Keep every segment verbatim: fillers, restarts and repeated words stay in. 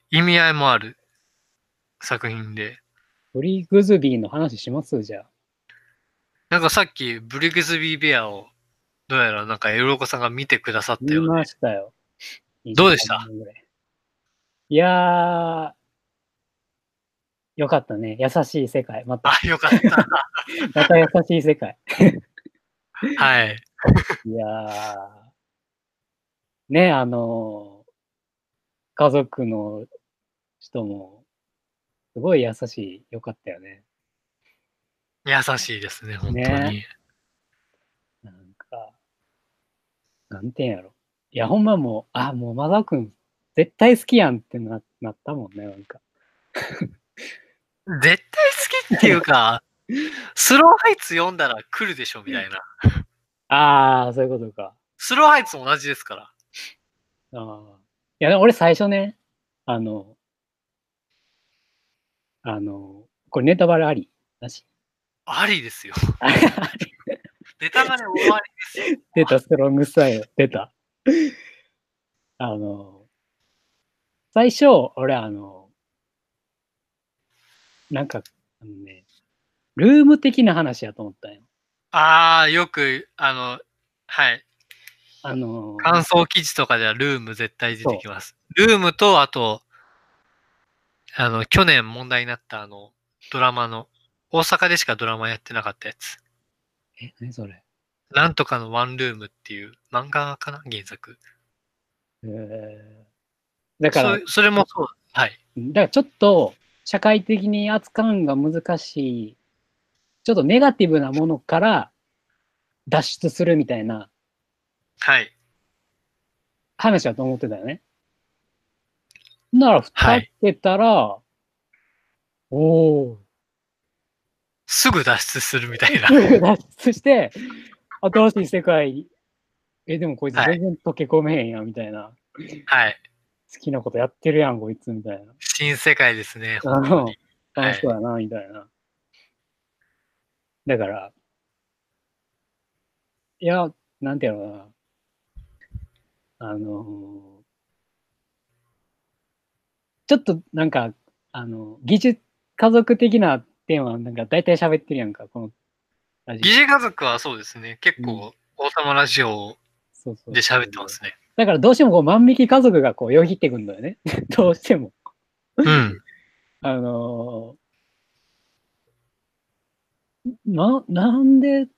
意味合いもある作品で。 ブリグズビーの話しますじゃあ。 なんかさっきブリグズビーベアをどうやらなんかエロコさんが見てくださった見まようで。 したよ。2 どうでした？ 時間ぐらい。いやー、よかったね。優しい世界。また。 あ、よかった。 また優しい世界。 はい。 いやー、ね、あのー家族の人も、すごい優しい。よかったよね。 優しいですね、本当ね。 に。 なんか、なんていうんやろ。いや、ほんまもう、あ、もうマザー君、絶対好きやんってな、なったもんね、なんか。 絶対好きっていうか、スローハイツ読んだら来るでしょ、みたいな。 ああ、そういうことか。 スローハイツも同じですから。 ああ。いや、俺最初ね、あの、あの、これネタバレありなし？ ありですよ。 あれネタバレ終わりですよ。 出た、ストロングスタイル。出た。あの、最初、俺、あの、なんか、あのね、ルーム的な話やと思ったんよ。 ああ、よく、あの、はい。 あの、 感想記事とかではルーム絶対出てそきます。ルームと、あと、あの、去年問題になったあの、ドラマの、大阪でしかドラマやってなかったやつ。 う。え、何それ？ なんとかのワンルームっていう漫画かな原作。 えーだから、 そ、それもそう。はい。 だからちょっと、社会的に扱うのが難しい、ちょっとネガティブなものから脱出するみたいなはい。 話だと思ってたよね。なら、蓋開はい。 けたら、おお、 すぐ脱出するみたいな。 すぐ脱出して、新しい世界、え、でもこいつはい。 全然溶け込めへんやん、みたいな。 はい。 好きなことやってるやん、こいつ、みたいな。 新世界ですね、 あの、 本当に。はい。 楽しそうやな、みたいな。だから、いや、なんていうのかな。あの、ちょっとなんか、あの、技術、家族的なテーマはなんか大体喋ってるやんか、このラジオ。 疑似家族はそうですね。結うん。 構、王様ラジオそうそうで喋っそう。 てますね。 だからどうしてもこう万引き家族がこうよぎってくるのよね。どうしても。 うん。 あのーな、なんで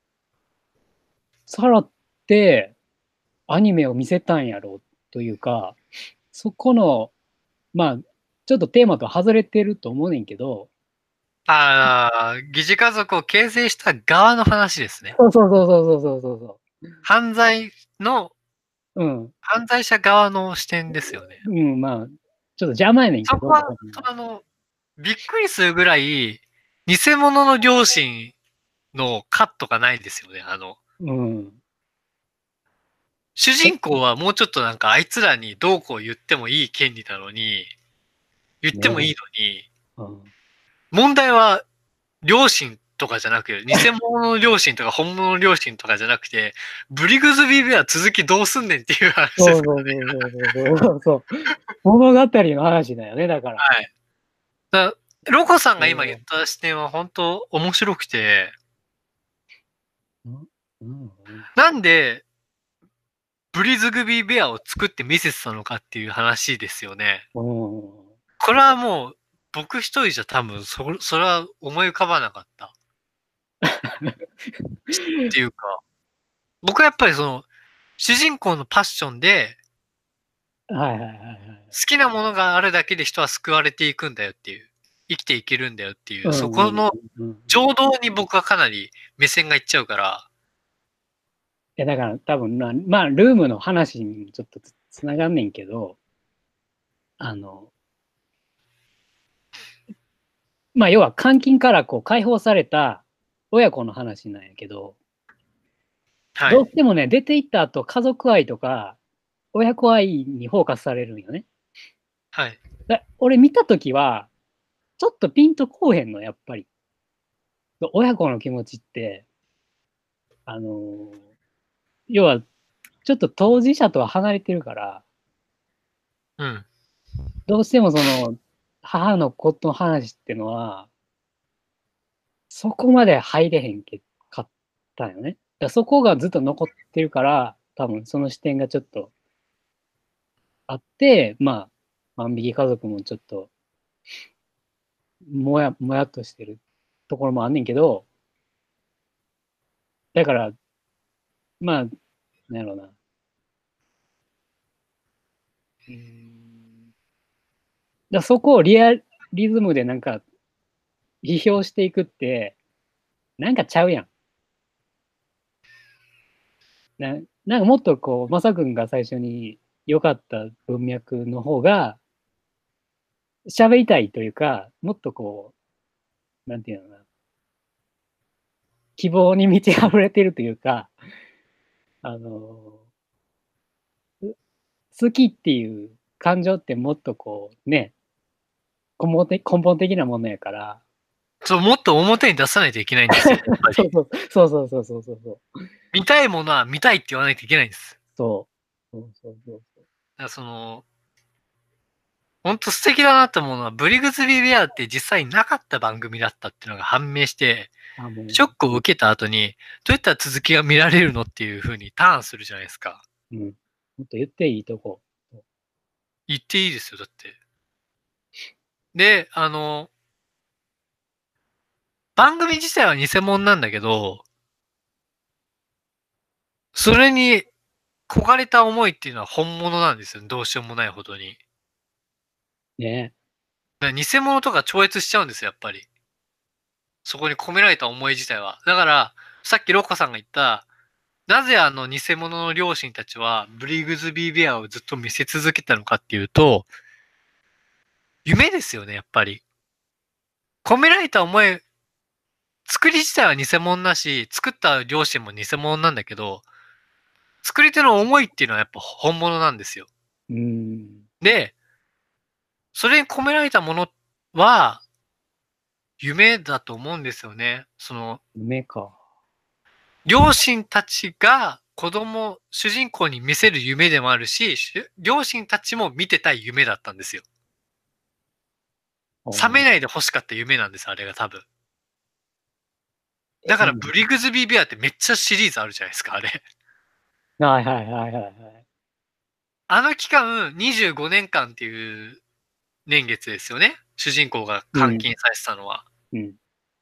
サラってアニメを見せたんやろうというか、そこの、まあ、ちょっとテーマと外れてると思うねんけど、 ああ、疑似家族を形成した側の話ですね。 そうそうそうそうそうそうそ犯罪の、 う。うん。 犯罪者側の視点ですよね。 うん、まあ、ちょっと邪魔やねんけど、 そこは、あの、びっくりするぐらい、偽物の両親のカットがないですよね。あの、 うん。 主人公はもうちょっとなんかあいつらにどうこう言ってもいい権利なのに、言ってもいいね。 のに、 うん。 問題は両親とかじゃなくて、偽物の両親とか本物の両親とかじゃなくて、ブリグズビーベア続きどうすんねんっていう話ですかそうそうそうそうそうそうそう。物語の話だよね、だから。 ら。はい。だロコさんが今言っうん。 た視点は本当面白くて、 うんうんなんでブリズグビーベアを作って見せてたのかっていう話ですよね。 うん。 これはもう僕一人じゃ多分そ、それは思い浮かばなかったっていうか、僕はやっぱりその主人公のパッションではいはいはいはい。 好きなものがあるだけで人は救われていくんだよっていう、生きていけるんだよっていう、 うんうんそこのうんうん。い情動に僕はかなり目線がいっちゃうから、 や、だから多分な、まあ、ルームの話にちょっとつ、つながんねんけど、あの、まあ、要は監禁からこう解放された親子の話なんやけど、 はい、 どうしてもね、出て行った後、家族愛とか、親子愛にフォーカスされるんよね。 はい、 だ俺見たときは、ちょっとピンとこうへんの、やっぱり。親子の気持ちって、あのー要は、ちょっと当事者とは離れてるから、 うん、 どうしてもその、母の子の話ってのは、そこまで入れへんけかったよね。だからそこがずっと残ってるから、多分その視点がちょっとあって、まあ、万引き家族もちょっと、もや、もやっとしてるところもあんねんけど、だから、まあ、なんやろうな。うーん。だからそこをリアリズムでなんか批評していくって、なんかちゃうやん。な、なんかもっとこう、まさくんが最初に良かった文脈の方が、喋りたいというか、もっとこう、なんていうのかな、希望に満ち溢れてるというか、あの、好きっていう感情ってもっとこう、ね、根本的、根本的なものやから、 そう、もっと表に出さないといけないんですよ、やっぱり。 そうそう、そうそうそうそうそうそう。 見たいものは見たいって言わないといけないんです。 そう。そうそうそうそう。 だからその、本当素敵だなと思うのは、ブリグズビー・ベアって実際なかった番組だったっていうのが判明して、 あ、もう、 ショックを受けた後に、どうやったら続きが見られるのっていう風にターンするじゃないですか。 うん。もっと言っていいとこ。 言っていいですよ、だって。で、あの、番組自体は偽物なんだけど、それに焦がれた思いっていうのは本物なんですよ。どうしようもないほどに。 ね。 だから偽物とか超越しちゃうんですよ、やっぱり。そこに込められた思い自体は。だから、さっきロコさんが言った、なぜあの偽物の両親たちはブリグズビー・ベアをずっと見せ続けたのかっていうと、夢ですよね、やっぱり。込められた思い、作り自体は偽物だし、作った両親も偽物なんだけど、作り手の思いっていうのはやっぱ本物なんですよ。 うん。 で、それに込められたものは夢だと思うんですよね。その、 夢か。 両親たちが子供、主人公に見せる夢でもあるし、両親たちも見てたい夢だったんですよ。覚めおないで欲しかった夢なんです、あれが多分。 え、 だから、 うん。 ブリグズビー・ベアってめっちゃシリーズあるじゃないですか、あれ。 はいはいはいはいはい。 あの期間、にじゅうごねんかんっていう年月ですよね。主人公がうん。 監禁されてたのは。 うん。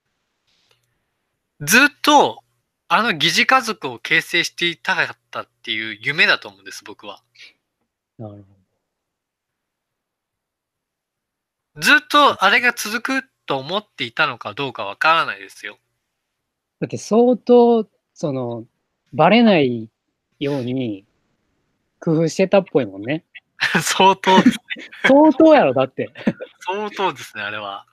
ずっと、あの疑似家族を形成していたかったっていう夢だと思うんです、僕は。 なるほど。 ずっとあれが続くと思っていたのかどうかわからないですよ。 だって相当、その、バレないように工夫してたっぽいもんね。 相当です。 相当やろ、だって。 相当ですね、あれは。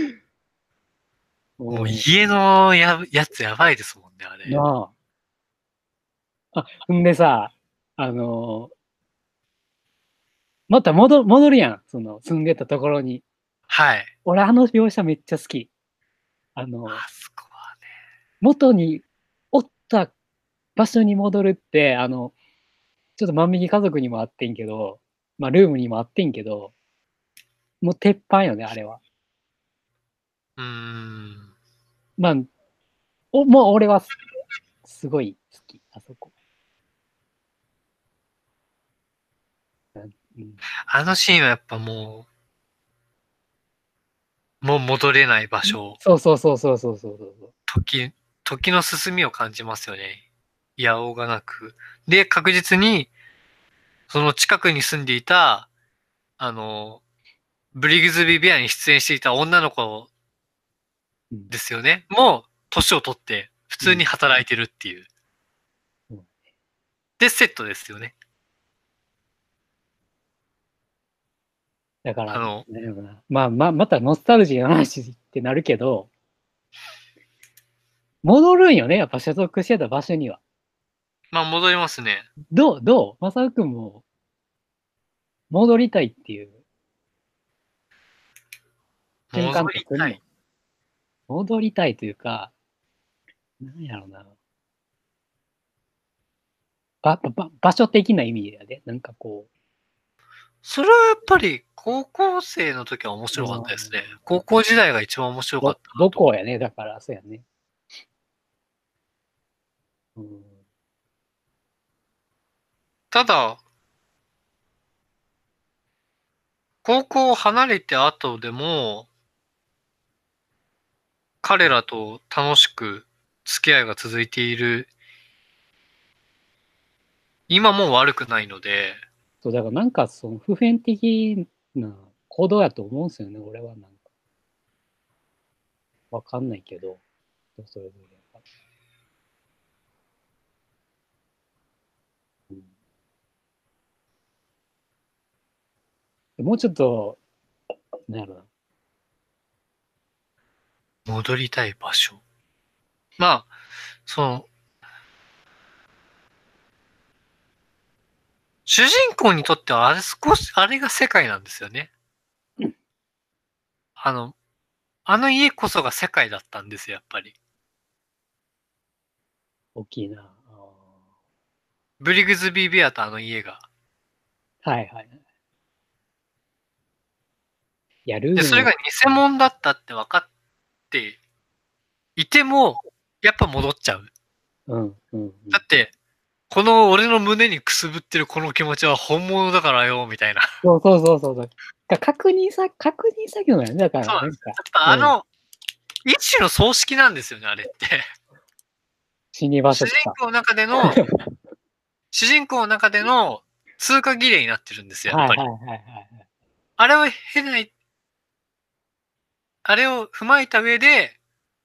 もううん。 家のや、やつやばいですもんね、あれ。 なあ。あ、ほんでさ、あのまた戻、戻るやん。その、住んでたところに。 はい。 俺、あの描写めっちゃ好き。あの、 あそこはね。 元におった場所に戻るって、あの、ちょっと万引き家族にもあってんけど、まあ、ルームにもあってんけど、もう鉄板よね、あれは。 うーん。 まあ、お、もう俺はす、すごい好き、あそこ。うん、 あのシーンはやっぱもう、もう戻れない場所。 そうそうそうそうそうそうそう。 時、時の進みを感じますよね。いやおうがなく。で、確実に、その近くに住んでいた、あの、ブリグズビー・ベアに出演していた女の子うん。 ですよね。もう、年を取って、普通にうん。 働いてるっていう。 うん、 で、セットですよね。 だから、なんあの、 やろな。まあ、まあ、またノスタルジーの話ってなるけど、戻るんよね、やっぱ所属してた場所には。 まあ、戻りますね。 どう、どうマサオくんも戻りたいっていう瞬間戻って来んの？ りたい。 戻りたいというか、なんやろな。ば、ば、場所的な意味やで。なんかこう。 それはやっぱり高校生の時は面白かったですね。高校時代が一番面白かったなと。 母校やね、だから、そうやね。うん、 ただ、高校を離れて後でも、彼らと楽しく付き合いが続いている、今も悪くないので、 そう、だからなんかその普遍的な行動やと思うんですよね、俺はなんか。わかんないけど、人それぞれやから。うん、もうちょっと、なんやろな。 戻りたい場所。まあ、その、主人公にとってはあれ少し、あれが世界なんですよね。あの、あの家こそが世界だったんですよ、やっぱり。 大きいな。あブリグズビー・ベアとあの家が。 ーはいはい。いや、ルーで、それがの、 偽物だったって分かっていても、やっぱ戻っちゃう。 うん、うん、うん。 だって、この俺の胸にくすぶってるこの気持ちは本物だからよ、みたいな。 そうそうそうそう。か確認さ、確認作業なんやね。だから、 そうなんです。 なんか、 やっぱあの、一種の葬式なんですよね、あれって。 死に場主人所とか。 公の中での、主人公の中での通過儀礼になってるんですよ、やっぱり。 はいはいはいはい。 あれを経ない、あれを踏まえた上で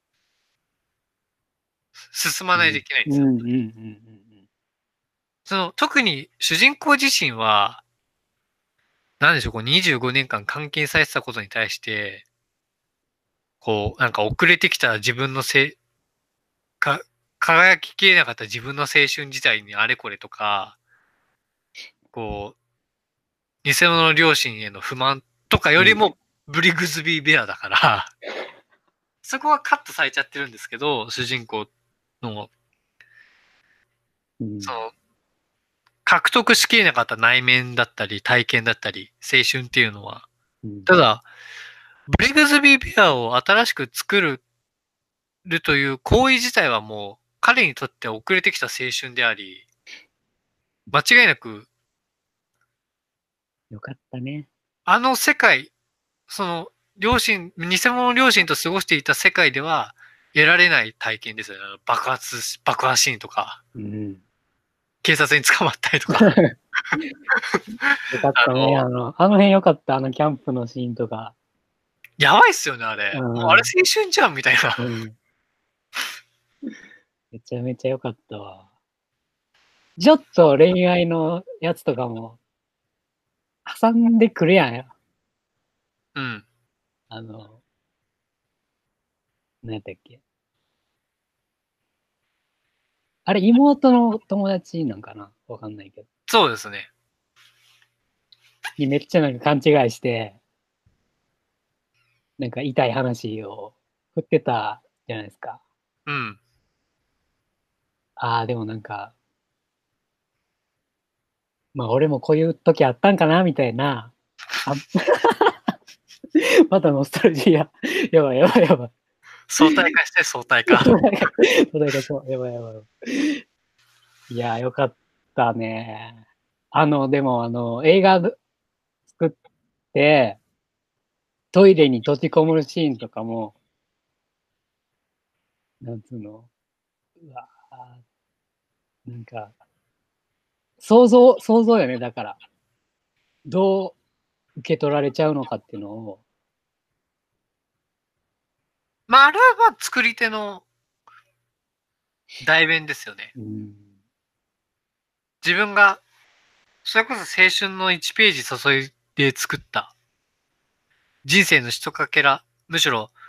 進まないといけないんですよ。 うんうんうんうんうんその、特に主人公自身は、なんでしょう、こうにじゅうごねんかん監禁されてたことに対して、こう、なんか遅れてきた自分のせい、か、輝ききれなかった自分の青春時代にあれこれとか、こう、偽物の両親への不満とかよりも、ブリグズビー・ベアだから、そこはカットされちゃってるんですけど、主人公の、 うん。 その、獲得しきれなかった内面だったり、体験だったり、青春っていうのは。 うん。 ただ、ブリグズビー・ベアを新しく作るという行為自体はもう、彼にとって遅れてきた青春であり、間違いなく、 よかったね。 あの世界、その、両親、偽物の両親と過ごしていた世界では、得られない体験ですよね。あの爆発、爆破シーンとか、 うん。 警察に捕まったりとか。 よかったね。 あの、 あの、あの辺よかった。あのキャンプのシーンとか。 やばいっすよね、あれ。もうあれうん。 青春じゃん、みたいな。 うん。めちゃめちゃよかったわ。ちょっと恋愛のやつとかも挟んでくるやん。 うん。 あの、何やったっけ。あれ、妹の友達なんかなわかんないけど。 そうですね。 にめっちゃなんか勘違いして、なんか痛い話を振ってたじゃないですか。 うん。 ああ、でもなんか、まあ俺もこういう時あったんかなみたいな。あまたノスタルジーや。やばいやばいやばい。 相対化して相対化。 そうだからそう、やばいやばい。いや、よかったね。あの、でもあの、映画作って、トイレに閉じこもるシーンとかも、なんつうの、うわなんか、想像、想像よね、だから。どう受け取られちゃうのかっていうのを、 まあ、あれはまあ、作り手の代弁ですよね。 うん、 自分が、それこそ青春のいちページ注いで作った人生の一かけら、むしろ、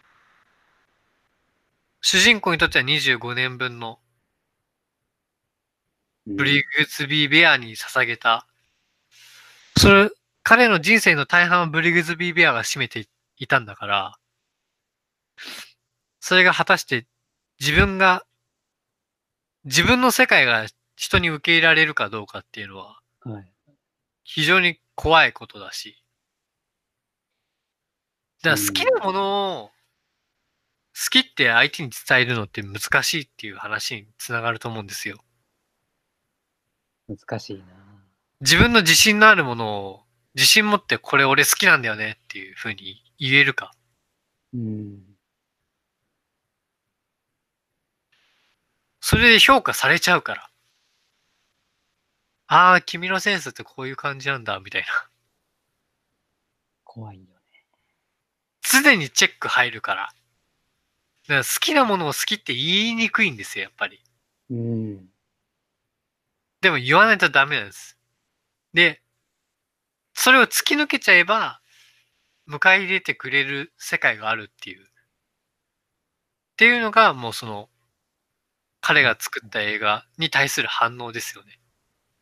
主人公にとってはにじゅうごねんぶんのブリグズビー・ベアに捧げた、それ、彼の人生の大半はブリグズビー・ベアが占めていたんだから、それが果たして自分が、自分の世界が人に受け入れられるかどうかっていうのは、 はい。 非常に怖いことだし。だからうん好きなものを好きって相手に伝えるのって難しいっていう話につながると思うんですよ。 難しいな。 自分の自信のあるものを自信持ってこれ俺好きなんだよねっていう風に言えるか。 うん。 それで評価されちゃうから。ああ、君のセンスってこういう感じなんだ、みたいな。 怖いよね。 常にチェック入るから。だから好きなものを好きって言いにくいんですよ、やっぱり。 うん。 でも言わないとダメなんです。で、それを突き抜けちゃえば、迎え入れてくれる世界があるっていう。っていうのが、もうその、彼が作った映画に対する反応ですよね。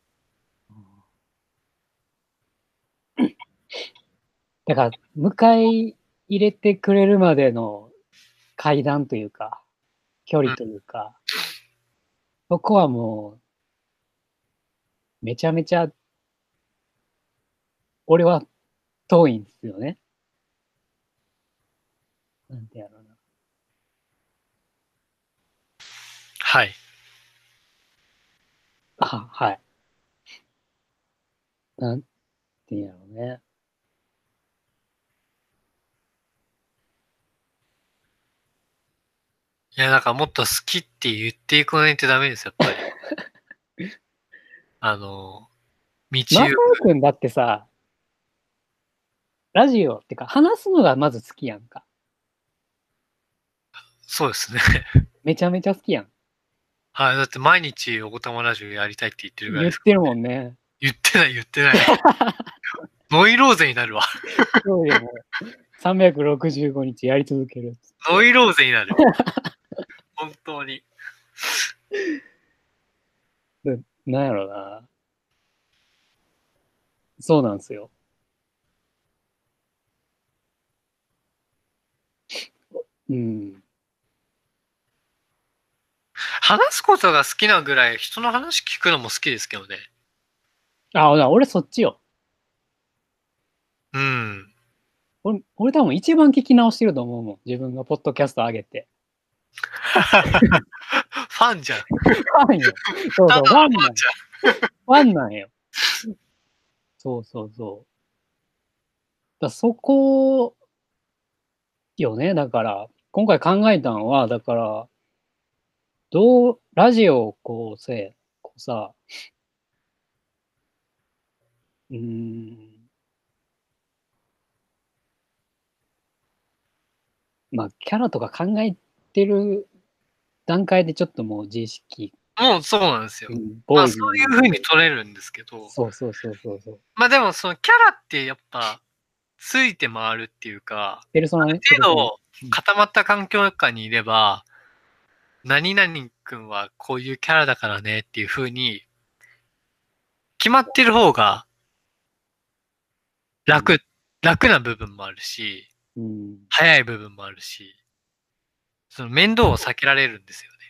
だから、迎え入れてくれるまでの階段というか、距離というか、そこはもう、めちゃめちゃ、俺は遠いんですよね。なんてやろうな。 はい。 あ、はい。なんてやろうね。 いや、だからもっと好きって言っていかないとダメですよ、やっぱり。あの、道マサ行く。 オくんだってさ、ラジオってか、話すのがまず好きやんか。 そうですね。 めちゃめちゃ好きやん。 はい。だって毎日おごたまラジオやりたいって言ってるぐらいですか言ってるもんね。 ら。言ってない言ってない。ノイローゼになるわ。 そうでも、さんびゃくろくじゅうごにちやり続ける。 ノイローゼになる。本当に。 でなんやろな。そうなんですよ。うん。 話すことが好きなぐらい人の話聞くのも好きですけどね。 あ、ほな俺そっちよ。 うん。 俺、俺多分一番聞き直してると思うもん。自分がポッドキャスト上げて。 ファンじゃん。 ファンよ。そうそう、 ただのファンファンなん。 じファンなんよ。そうそうそう。だそこよね。だから、今回考えたのは、だから、どう、ラジオをこうせ、こうさ、うーん、まあ、キャラとか考えてる段階でちょっともう自意識、 ゃん。もうそうなんですよ。 うん、 まあボーイズそういう風に取れるんですけど、 そうそうそうそうそう。 まあでもそのキャラってやっぱついて回るっていうか、 ペルソナね、ペルソナ。 程度固まった環境下にいれば、何々君はこういうキャラだからねっていう風に決まってる方が楽、楽な部分もあるし、 うん。 早い部分もあるし、その面倒を避けられるんですよね。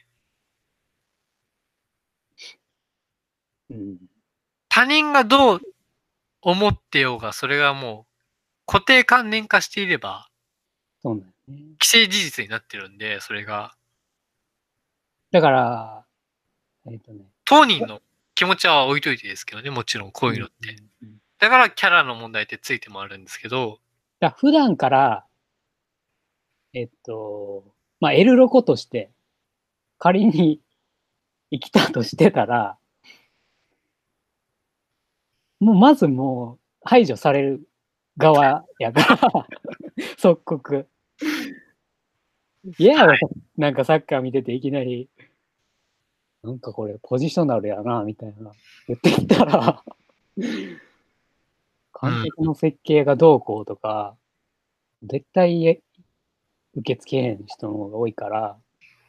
うん。 他人がどう思ってようが、それがもう固定観念化していれば、 そうなんよね。 既成事実になってるんで、それが、 だから、えっとね、 当人の気持ちは置いといてですけどね、もちろんこういうのって。 うんうん、 だからキャラの問題ってついてもあるんですけど、 だ普段から、えっと、まあ、エルロコとして仮に生きたとしてたら、もうまずもう排除される側やから、即刻。嫌やろ、なんかサッカー見てていきなり、なんかこれポジショナルやな、みたいな言ってきたら、 うん。 監督の設計がどうこうとか、絶対受け付けへん人の方が多いから、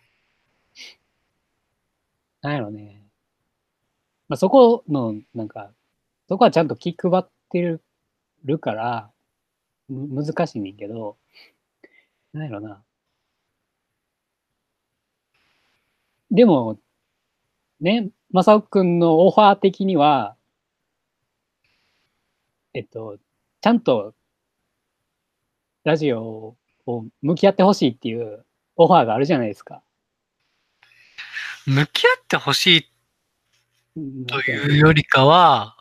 なんやろね。まあ、そこの、なんか、そこはちゃんと気配ってるるから、む難しいねんけど、なんやろな。でも、ね、まさおくんのオファー的には、 えっと、ちゃんとラジオを向き合ってほしいっていうオファーがあるじゃないですか。 向き合ってほしいとなんていうの。 いうよりかは、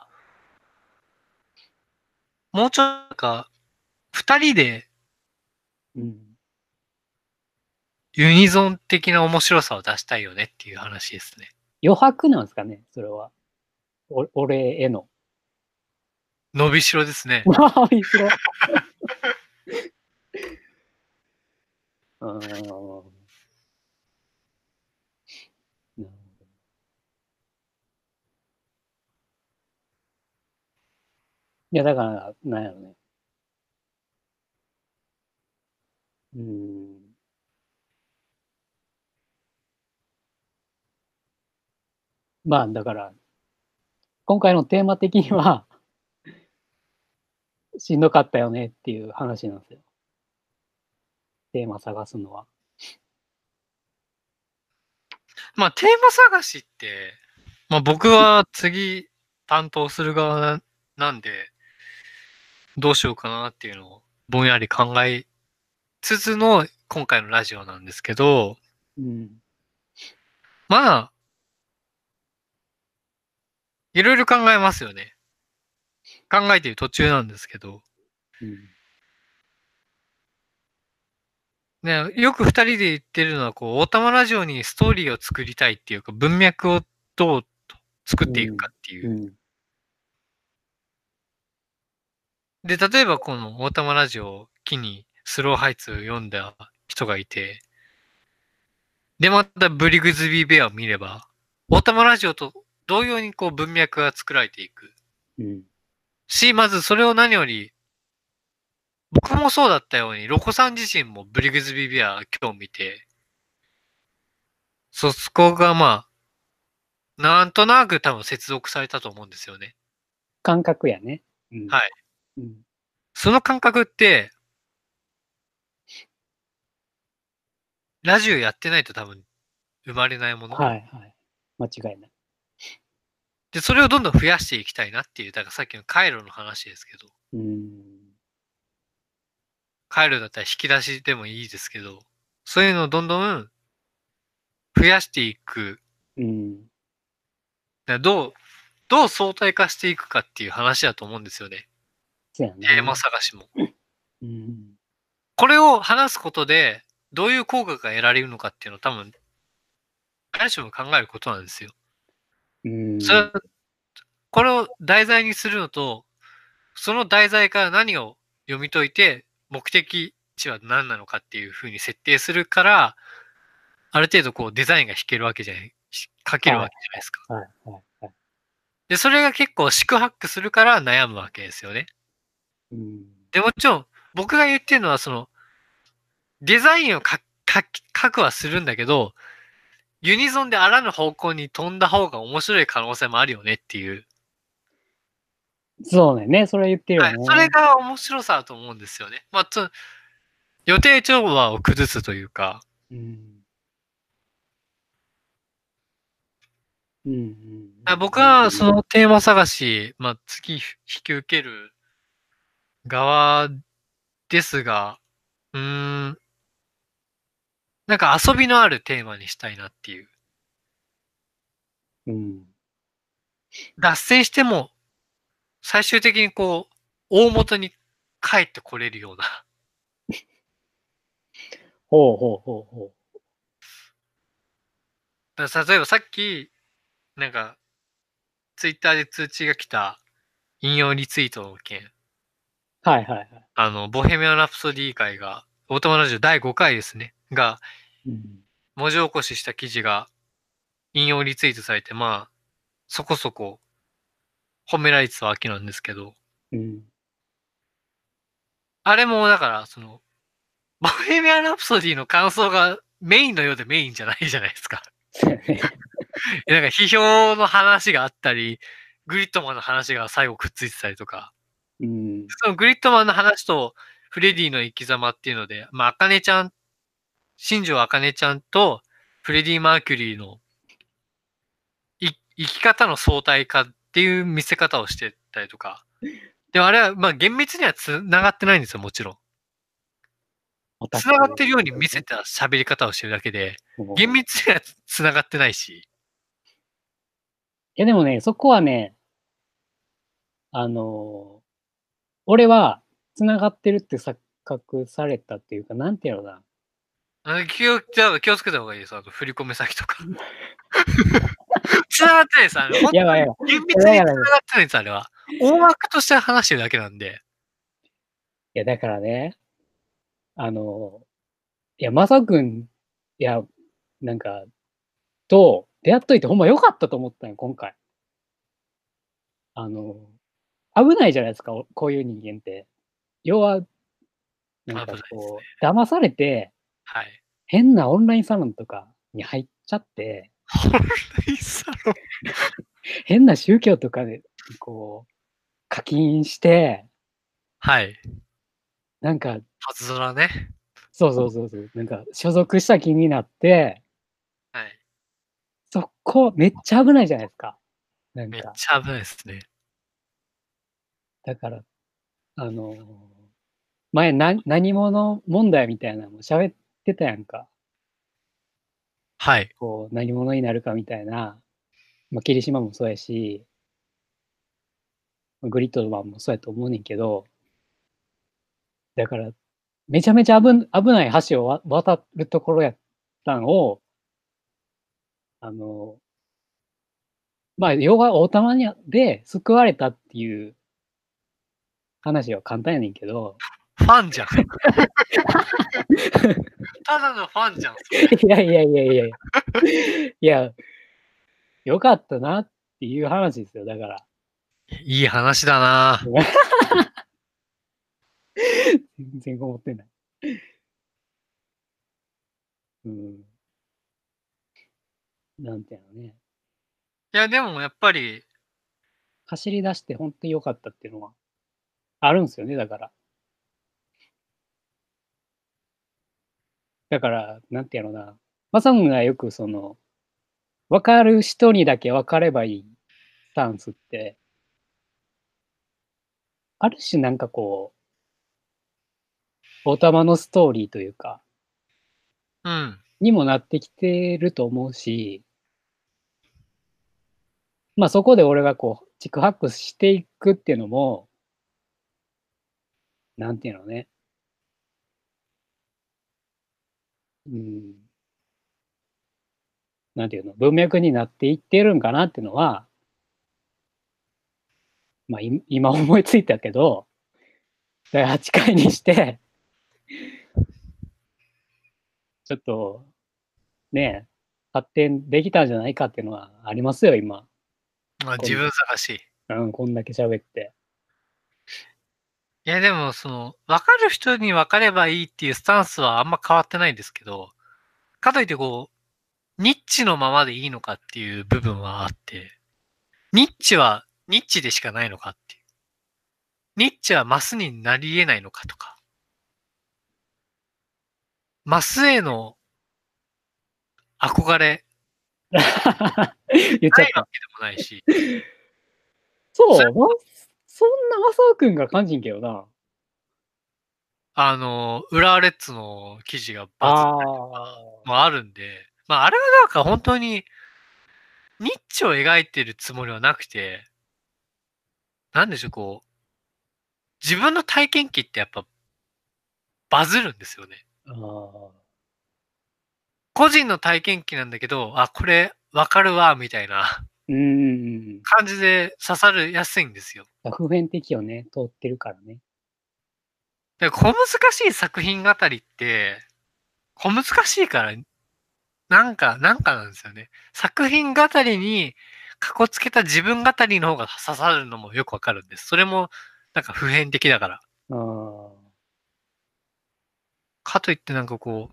もうちょっとか、二人でうん。 ユニゾン的な面白さを出したいよねっていう話ですね。 余白なんですかね、それは。お俺への。 伸びしろですね。 伸びしろ。うーん。なるほど。いや、だから、なんやろね。うん。まあ、だから、今回のテーマ的にはしんどかったよねっていう話なんですよ。テーマ探すのは。 まあ、テーマ探しって、まあ僕は次担当する側なんで、どうしようかなっていうのをぼんやり考えつつの今回のラジオなんですけど、 うん。 まあ、いろいろ考えますよね。考えている途中なんですけど、 うん。 ね、よく二人で言ってるのは、こう、オータマラジオにストーリーを作りたいっていうか、文脈をどう作っていくうん。 かっていう。 うん。 で、例えばこのオータマラジオを機にスローハイツを読んだ人がいて、で、またブリグズビーベアを見れば、オータマラジオと同様にこう文脈が作られていく。 うん。 し、まずそれを何より、僕もそうだったように、ロコさん自身もブリグズビーベア今日見て、そ、そこがまあ、なんとなく多分接続されたと思うんですよね。 感覚やね。うん。 はい。 うん。 その感覚って、ラジオやってないと多分生まれないもの。 はいはい。間違いない。 で、それをどんどん増やしていきたいなっていう、だからさっきの回路の話ですけど、 うん。 回路だったら引き出しでもいいですけど、そういうのをどんどん増やしていく。 うん。 だからどう、どう相対化していくかっていう話だと思うんですよね。 そうやテーマな。 探しも。 うん。 これを話すことで、どういう効果が得られるのかっていうのを多分、誰しも考えることなんですよ。 うん。 それこれを題材にするのと、その題材から何を読み解いて、目的地は何なのかっていうふうに設定するから、ある程度こうデザインが引けるわけじゃない、書けるわはい。 けじゃないですか。 はい。はい。はい。 で、それが結構四苦八苦するから悩むわけですよね。 うん。 で、もちろん、僕が言ってるのは、その、デザインを書書くはするんだけど、ユニゾンであらぬ方向に飛んだ方が面白い可能性もあるよねっていう。 そうね。それ言ってるよはい。それね。 が面白さだと思うんですよね。まあ、つ予定調和を崩すというか、 うん。うん。うん。 あ僕はそのテーマ探し、まあ、次引き受ける側ですが、うーん、なんか遊びのあるテーマにしたいなっていう。 うん。 脱線しても、最終的にこう、大元に帰ってこれるような。 ほうほうほうほだから例えばさっき、なんか、ツイッターで通知が来た引用リツイートの件、 う。はいはいはい。 あの、ボヘミアン・ラプソディ会が、オートマラジオだいごかいですね、が、 うん。 文字起こしした記事が引用リツイートされて、まあ、そこそこ褒められてたわけなんですけど、 うん。 あれもだから、その、ボヘミアン・ラプソディの感想がメインのようでメインじゃないじゃないですか。 そうやね。 なんか批評の話があったり、グリッドマンの話が最後くっついてたりとか、 うん。 そのグリッドマンの話とフレディの生き様っていうので、まあ、アカネちゃん、新庄あかねちゃんとフレディ・マーキュリーのい生き方の相対化っていう見せ方をしてたりとか、 でもあれは、まあ厳密にはつながってないんですよ、もちろん。 オタクつながってるように見せた喋り方をしてるだけで、 もう厳密にはつながってないし。 いやでもね、そこはね、あの、俺は繋がってるって錯覚されたっていうか、なんていうのかな。 あの気を、じゃあ気をつけた方がいいです。あの、振り込め先とか。つながってないです。あの、本当にやばいやばい。 厳密につながだからね、 ってないんです、あれは。大枠として話してるだけなんで。 いやだからね、あの、いや、まさくん、いや、なんか、と出会っといてほんま良かったと思ったよ、今回。あの、危ないじゃないですか、こういう人間って。要は、なんか危ないですね。 こう、騙されて、 はい。 変なオンラインサロンとかに入っちゃって、 オンラインサロン。 変な宗教とかで、こう、課金して、 はい。 なんか、 パズドラね。 そうそうそうそう、なんか、所属した気になって、 はい。 そこ、めっちゃ危ないじゃないですか。なんめっか、 ちゃ危ないですね。 だから、あの、前な、何者問題みたいなのも喋ってたやんか。 はい。 こう、何者になるかみたいな、まあ、霧島もそうやし、グリッドマンもそうやと思うねんけど、だから、めちゃめちゃ危ん危ない橋をわ渡るところやったんを、あの、まあ、要は大玉にで救われたっていう話は簡単やねんけど、 ファンじゃん。ただのファンじゃん、それ。 いやいやいやいやいや、いや、よかったなっていう話ですよ、だから。 いい話だな。 全然思ってない。うん。なんていうのね。 いや、でもやっぱり、 走り出して本当に良かったっていうのはあるんですよね、だから。だから、なんていうのな。マサンがよくその、分かる人にだけ分かればいいスタンスって、ある種なんかこう、オタマのストーリーというか、 うん。 にもなってきてると思うし、まあそこで俺がこう、チクハックしていくっていうのも、なんていうのね。うん、なんていうの、文脈になっていってるんかなっていうのは、まあい今思いついたけど、だいはちかいにして、ちょっとね、発展できたんじゃないかっていうのはありますよ、今。 まあ、 こん、 自分探し。 うん、こんだけ喋って。 いや、でも、その、分かる人に分かればいいっていうスタンスはあんま変わってないんですけど、かといってこう、ニッチのままでいいのかっていう部分はあって、ニッチはニッチでしかないのかっていう。ニッチはマスになり得ないのかとか、マスへの憧れ言っちゃった。 ないわけでもないし、それ、 そう、ま、そんなマサオくんが肝心けどな。 あの、浦和レッズの記事がバズったりとかあもあるんで、まあ、あれはなんか本当にニッチを描いてるつもりはなくて、なんでしょう、こう、自分の体験記ってやっぱバズるんですよね。 あ、ああ、 個人の体験記なんだけど、あ、これわかるわ、みたいなうん。 感じで刺さるやすいんですよ。 普遍的をね、通ってるからね。 で、小難しい作品語りって、小難しいから、なんか、なんかなんですよね。作品語りに、かこつけた自分語りの方が刺さるのもよくわかるんです。それも、なんか普遍的だから。 ああ、 かといってなんかこう、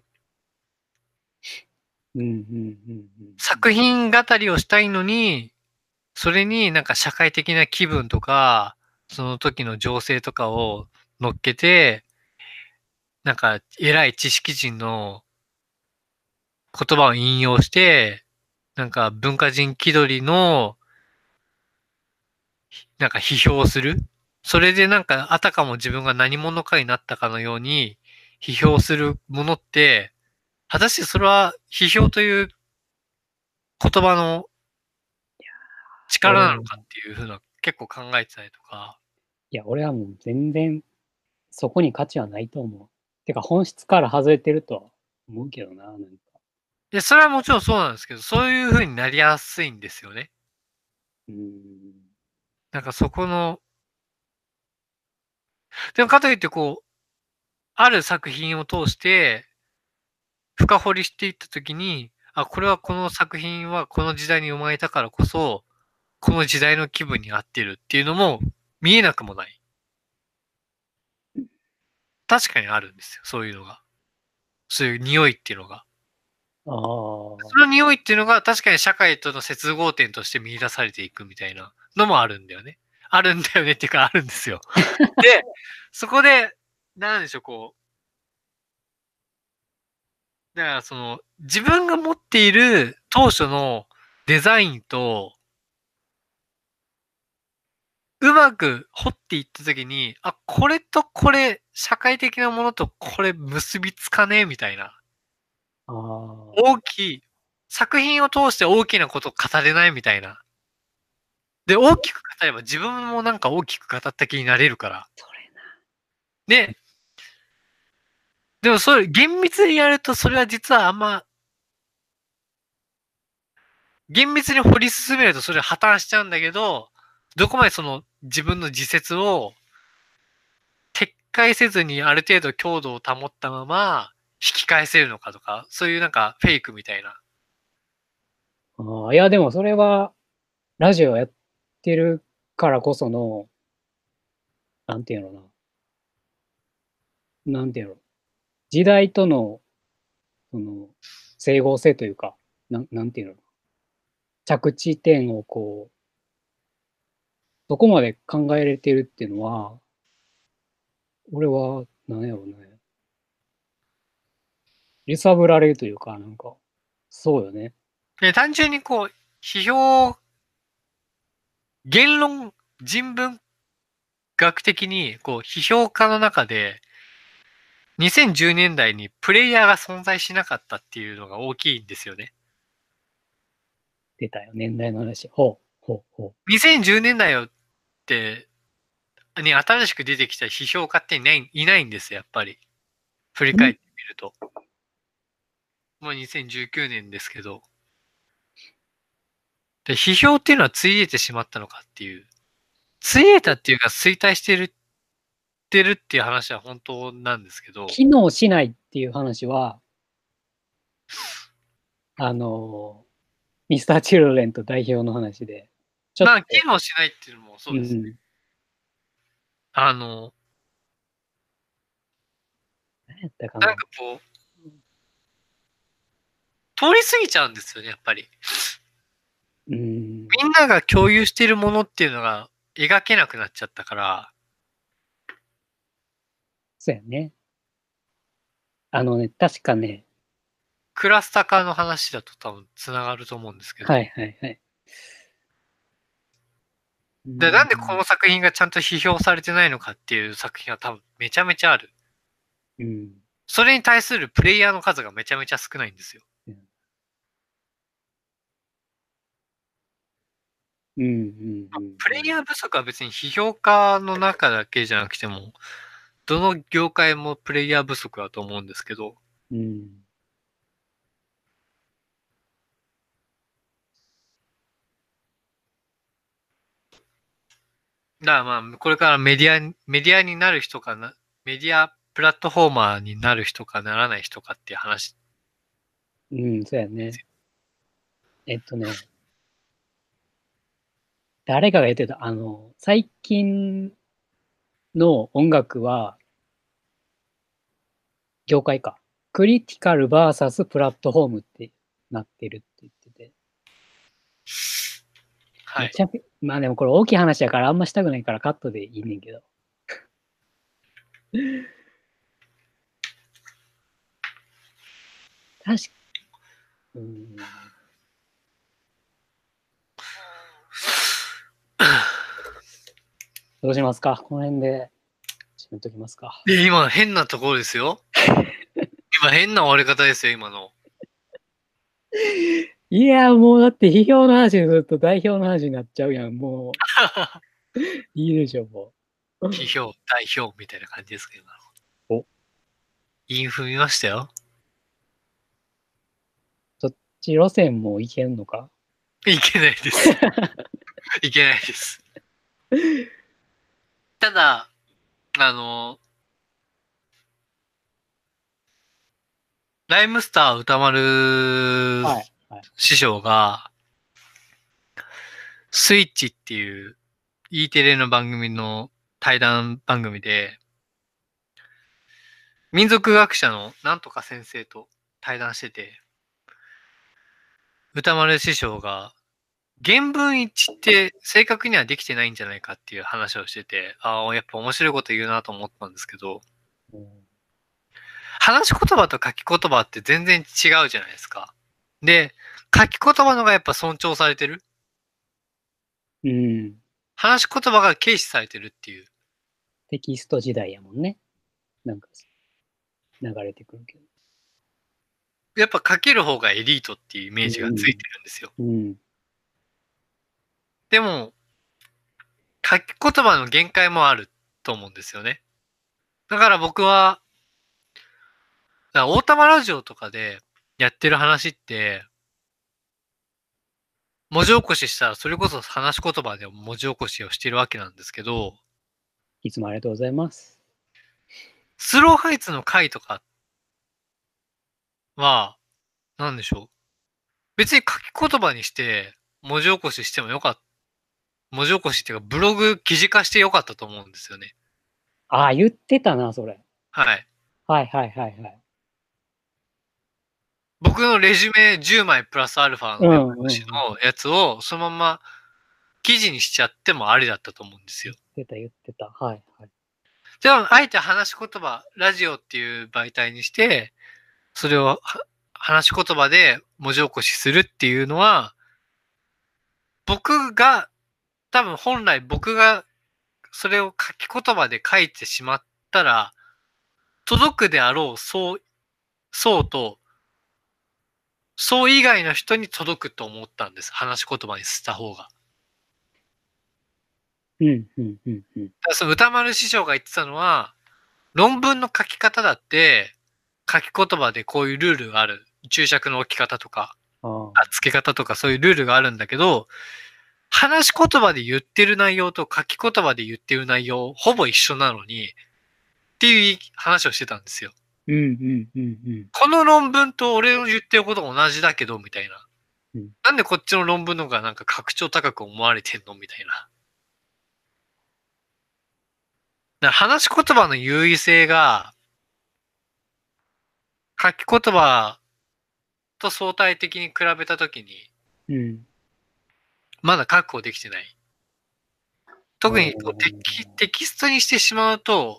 うん、うん、うん、 作品語りをしたいのに、それになんか社会的な気分とか、その時の情勢とかを乗っけて、なんか偉い知識人の言葉を引用して、なんか文化人気取りの、なんか批評する。 それでなんかあたかも自分が何者かになったかのように批評するものって、果たしてそれは批評という言葉の力俺は、 なのかっていうふうな結構考えてたりとか。 いや、俺はもう全然そこに価値はないと思う。てか本質から外れてるとは思うけどな、なんか。 いや、それはもちろんそうなんですけど、そういうふうになりやすいんですよね。 うーん。 なんかそこの、でもかといってこう、ある作品を通して深掘りしていったときに、あ、これはこの作品はこの時代に生まれたからこそ、この時代の気分に合ってるっていうのも見えなくもない。確かにあるんですよ、そういうのが。そういう匂いっていうのが。 ああ、 その匂いっていうのが確かに社会との接合点として見出されていくみたいなのもあるんだよね。あるんだよねっていうかあるんですよ。で、そこで、なんでしょう、こう。だからその、自分が持っている当初のデザインと、うまく掘っていったときに、あ、これとこれ、社会的なものとこれ結びつかねえみたいな。 ああ、 大きい、作品を通して大きなことを語れないみたいな。で、大きく語れば自分もなんか大きく語った気になれるから。 それな。 で、でもそれ、厳密にやるとそれは実はあんま、厳密に掘り進めるとそれ破綻しちゃうんだけど、どこまでその自分の自説を撤回せずにある程度強度を保ったまま引き返せるのかとか、そういうなんかフェイクみたいな。 ああ、いや、でもそれは、ラジオやってるからこその、なんていうのかな。なんていうの。時代との、その、整合性というか、なん、なんていうの。着地点をこう、そこまで考えれてるっていうのは、俺は、なんやろうね。揺さぶられるというか、なんか、そうよね。 で、単純にこう、批評、言論、人文学的に、こう、批評家の中で、にせんじゅうねんだいにプレイヤーが存在しなかったっていうのが大きいんですよね。 出たよ、年代の話。ほう、ほう、ほにせんじゅうねんだいって、に新しく出てきた批評家っていない、いないんですよ、やっぱり。振りう。ん返ってみると。もうにせんじゅうきゅうねんですけど。で、批評っていうのはついえてしまったのかっていう。ついえたっていうか衰退してる、ってるっていう話は本当なんですけど、 機能しないっていう話は、あの、ミスターチルドレンと代表の話で、ちょっまあ、機と、 能しないっていうのもそうですね。 うん、 あの、 何やったかなんかな。 こう、通り過ぎちゃうんですよね、やっぱり。 うん、 みんなが共有しているものっていうのが描けなくなっちゃったから、 そうやね。あのね、確かね、 クラスター化の話だと多分繋がると思うんですけはいど、 はいはい。うで、なんでこん、 の作品がちゃんと批評されてないのかっていう作品は多分めちゃめちゃある。 うん、 それに対するプレイヤーの数がめちゃめちゃ少ないんですよ。 うん、うん、うん。 プレイヤー不足は別に批評家の中だけじゃなくても、どの業界もプレイヤー不足だと思うんですけど、 うん、 だからまあ、これからメディア、メディアになる人かな、メディアプラットフォーマーになる人かならない人かっていう話。 うん、そうやね。えっとね、誰かが言ってた、あの、最近の音楽は、業界か。クリティカル ブイエス プラットフォームってなってるって言ってて。 はい。 めちゃめ、まあでもこれ大きい話やからあんましたくないからカットでいいねんけど。確か、うん、 どうしますか？この辺で締めときますか。 で、今変なところですよ。今変な終わり方ですよ、今の。 いや、もうだって批評の話すると代表の話になっちゃうやん。もう、いいでしょ、もう。 批評、代表みたいな感じですけど。 お、 インフ見ましたよ。 そっち路線もいけんのか？ いけないです。いけないです。ただ、あの、ライムスター歌丸はい、はい。 師匠が、スイッチっていう E テレの番組の対談番組で、民族学者のなんとか先生と対談してて、歌丸師匠が、原文一致って正確にはできてないんじゃないかっていう話をしてて、ああ、やっぱ面白いこと言うなと思ったんですけど、話し言葉と書き言葉って全然違うじゃないですか。で、書き言葉のがやっぱ尊重されてる。 うん。 話し言葉が軽視されてるっていう。 テキスト時代やもんね。なんか、流れてくるけど。 やっぱ書ける方がエリートっていうイメージがついてるんですよ。 うん。 でも、書き言葉の限界もあると思うんですよね。だから僕は、だから大玉ラジオとかでやってる話って、文字起こししたらそれこそ話し言葉で文字起こしをしてるわけなんですけど、 いつもありがとうございます。 スローハイツの回とかは、なんでしょう。別に書き言葉にして文字起こししてもよかった。文字起こしっていうかブログ記事化してよかったと思うんですよね。 ああ、言ってたな、それ。 はい。 はいはいはいはい。 僕のレジュメじゅうまいプラスアルファのう目んうんうん。 星のやつをそのまま記事にしちゃってもありだったと思うんですよ。 言ってた言ってた。はいはい。 じゃあ、あえて話し言葉、ラジオっていう媒体にして、それを話し言葉で文字起こしするっていうのは、僕が、多分本来僕がそれを書き言葉で書いてしまったら、届くであろう、そう、そうと、そう以外の人に届くと思ったんです。話し言葉にした方が。 うんうんうんうん。 だからその歌丸師匠が言ってたのは、論文の書き方だって、書き言葉でこういうルールがある。注釈の置き方とか、 ああ。 あ付け方とかそういうルールがあるんだけど、話し言葉で言ってる内容と書き言葉で言ってる内容、ほぼ一緒なのに、っていう話をしてたんですよ。 うんうんうんうん。 この論文と俺の言ってることが同じだけど、みたいな。 うん、 なんでこっちの論文の方がなんか格調高く思われてんのみたいな。だから話し言葉の優位性が、書き言葉と相対的に比べたときに、 うん。 まだ確保できてない。特にこうテキテキストにしてしまうと、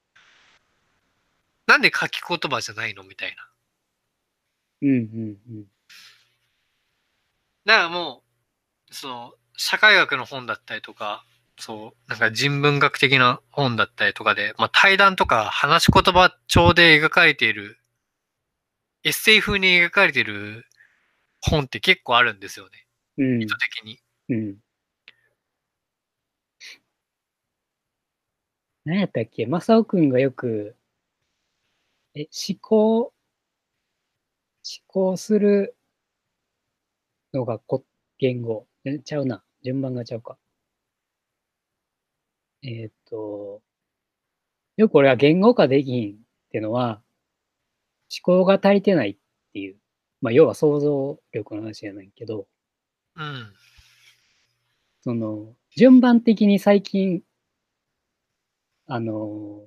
なんで書き言葉じゃないのみたいな。 うんうんうん。 だからもう、その、社会学の本だったりとか、そう、なんか人文学的な本だったりとかで、まあ対談とか話し言葉帳で描かれている、エッセイ風に描かれている本って結構あるんですよね。 うん意図的に。 うん。何やったっけ？マサオくんがよく、え、思考、思考するのがこ言語。えちゃうな。順番がちゃうか。えーっと、よく俺は言語化できひんっていうのは、思考が足りてないっていう。まあ、要は想像力の話じゃないけど、 うん。 その、順番的に最近、あの、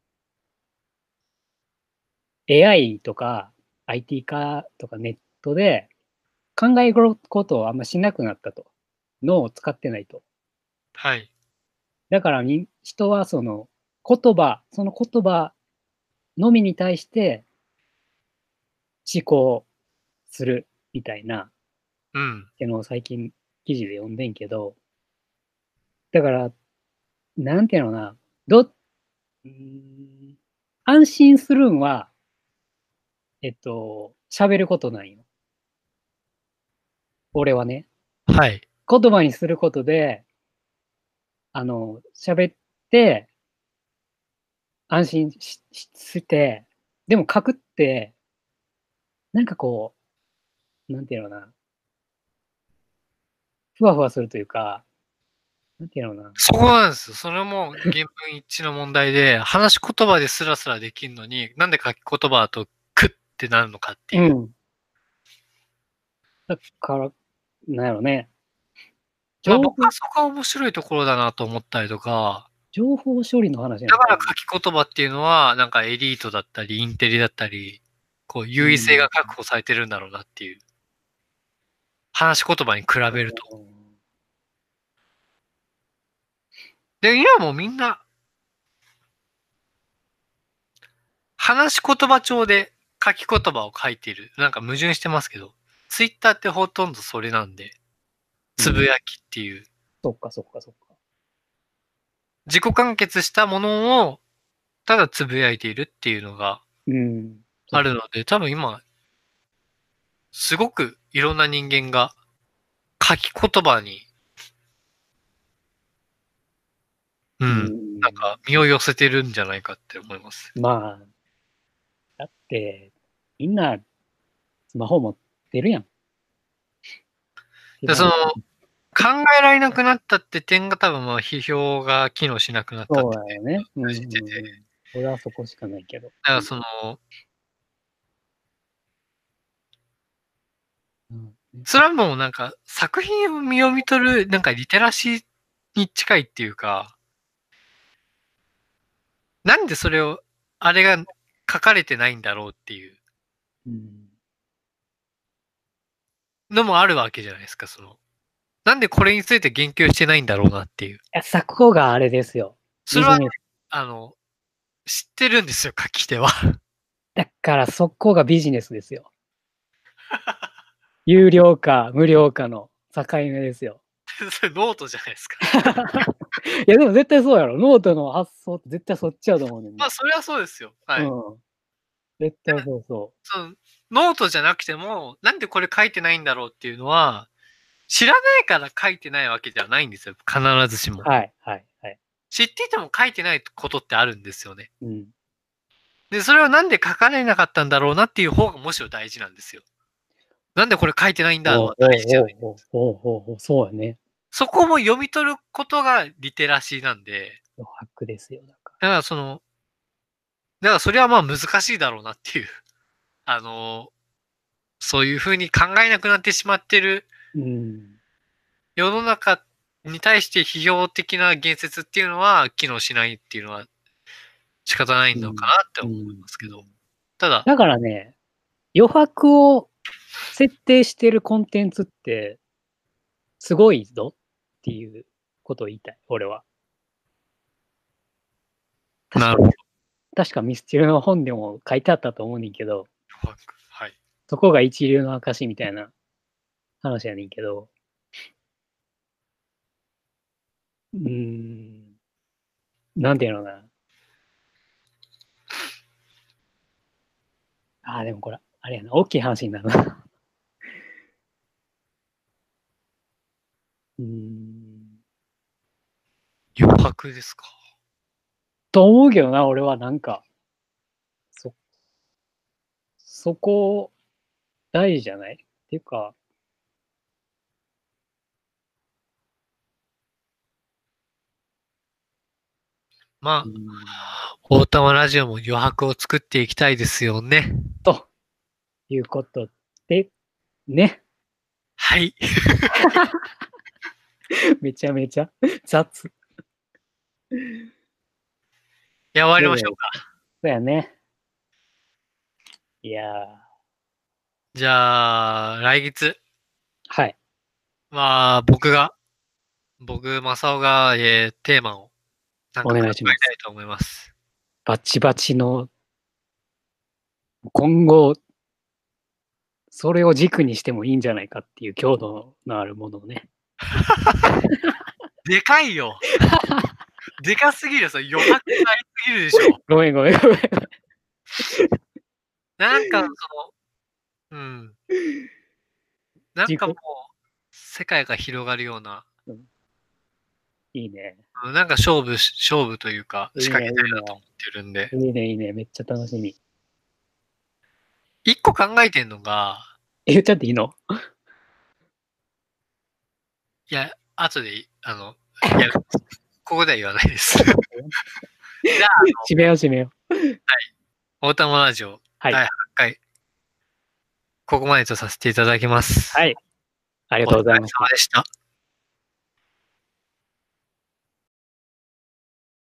エーアイ とか アイティー 化とかネットで考えることをあんましなくなったと。脳を使ってないと。 はい。 だからに人はその言葉、その言葉のみに対して思考するみたいなうん。 っていうのを最近記事で読んでんけど、だからなんていうのかな、ど、うーん安心するんは、えっと、喋ることないよ。俺はね。 はい。 言葉にすることで、あの、喋って、安心しして、でも書くって、なんかこう、なんていうのかな、ふわふわするというか、なんていうのかな。 そこなんですよ。それも原文一致の問題で、話し言葉でスラスラできるのに、なんで書き言葉だとクッってなるのかっていう。 うん。だから、なんやろね。 まあ情報、 僕はそこは面白いところだなと思ったりとか、 情報処理の話やだん、多分。 から書き言葉っていうのは、なんかエリートだったり、インテリだったり、こう優位性がうん。 確保されてるんだろうなっていう。話し言葉に比べると。で、今もみんな、話し言葉帳で書き言葉を書いている。なんか矛盾してますけど、ツイッターってほとんどそれなんで、つぶやきっていう、 そっかそっかそっか。 自己完結したものをただつぶやいているっていうのがうん。 あるので、多分今、すごくいろんな人間が書き言葉に、ううん、なんん。 か身を寄せてるんじゃないかって思います。 まあ、だって、みんなスマホ持ってるやん。手で、その、 軽に。 考えられなくなったって点が多分まあ批評が機能しなくなったっそうてだよね。うんうん感じてて、 うん。俺はそこしかないけど。 だからその、 うんそれはもうなんか作品を見読み取るなんかリテラシーに近いっていうか、なんでそれを、あれが書かれてないんだろうっていううんのもあるわけじゃないですか、その。なんでこれについて言及してないんだろうなっていう。 いや、そこがあれですよ。 それは、 ビジネス。 あの、知ってるんですよ、書き手は。 だからそこがビジネスですよ。有料か無料かの境目ですよ。 それノートじゃないですか。 いや、でも絶対そうやろ。ノートの発想って絶対そっちやと思うねんな。 まあ、それはそうですよ。はい。 うん。絶対そうそその、ノートじゃなくても、なんでこれ書いてないんだろうっていうのは、知らないから書いてないわけではないんですよ。必ずしう。 も。 はい、はい、はい。 知っていても書いてないことってあるんですよね。 うん。 で、それはなんで書かれなかったんだろうなっていう方がむしろ大事なんですよ。なんでこれ書いてないんだおうは大事じゃない。 おうおうおうおうおうそうやね。 そこも読み取ることがリテラシーなんで、 余白ですよ。だかだからその、だからそれはまあ難しいだろうなっていう、あの、そういうふうに考えなくなってしまってるら。うん。 世の中に対して批評的な言説っていうのは機能しないっていうのは仕方ないのかなって思いうん。 ますけど。ただ、 だからね、余白を設定してるコンテンツってすごいぞっていうことを言いたい、俺は。確か、 なるほど。 確かミスチルの本でも書いてあったと思うねんけど、 はい。 そこが一流の証みたいな話やねんけど、うーん、なんていうのかな。ああ、でもこれ、あれやな、大きい話になるな。うーん、 余白ですか。 と思うけどな、俺はなんか、そ、そこ大事じゃないっていうか、うまん、 あ、大玉ラジオも余白を作っていきたいですよね。 ということで、ね。 はい。 めちゃめちゃ雑。 いや、終わりでも、 ましょうか。 そうやね。いやー、 じゃあ、来月はい。 は僕が、僕、マサオが、えーテーマをなんおか考え願いします。 たいと思います。 バチバチの、今後、それを軸にしてもいいんじゃないかっていう強度のあるものをね。 でかいよ。 でかすぎる、それ余白がありすぎるでしょ。 ごめんごめんごめん。 なんか、その、うん。なんかもう、世界が広がるような、 いいね。 うんなんか勝負し、勝負というか、 いいね仕掛けたいなと思ってるんで。 いいね、いいね。めっちゃ楽しみ。 一個考えてんのが、 え、言っちゃっていいの？ いや、後でいい、あの、いや、ここでは言わないです。じゃあ、 締めよう締めよう。 大玉ラジオはい。 だいはちかい、ここまでとさせていただきます。 はい。ありがとうございましたお疲れ様。でした。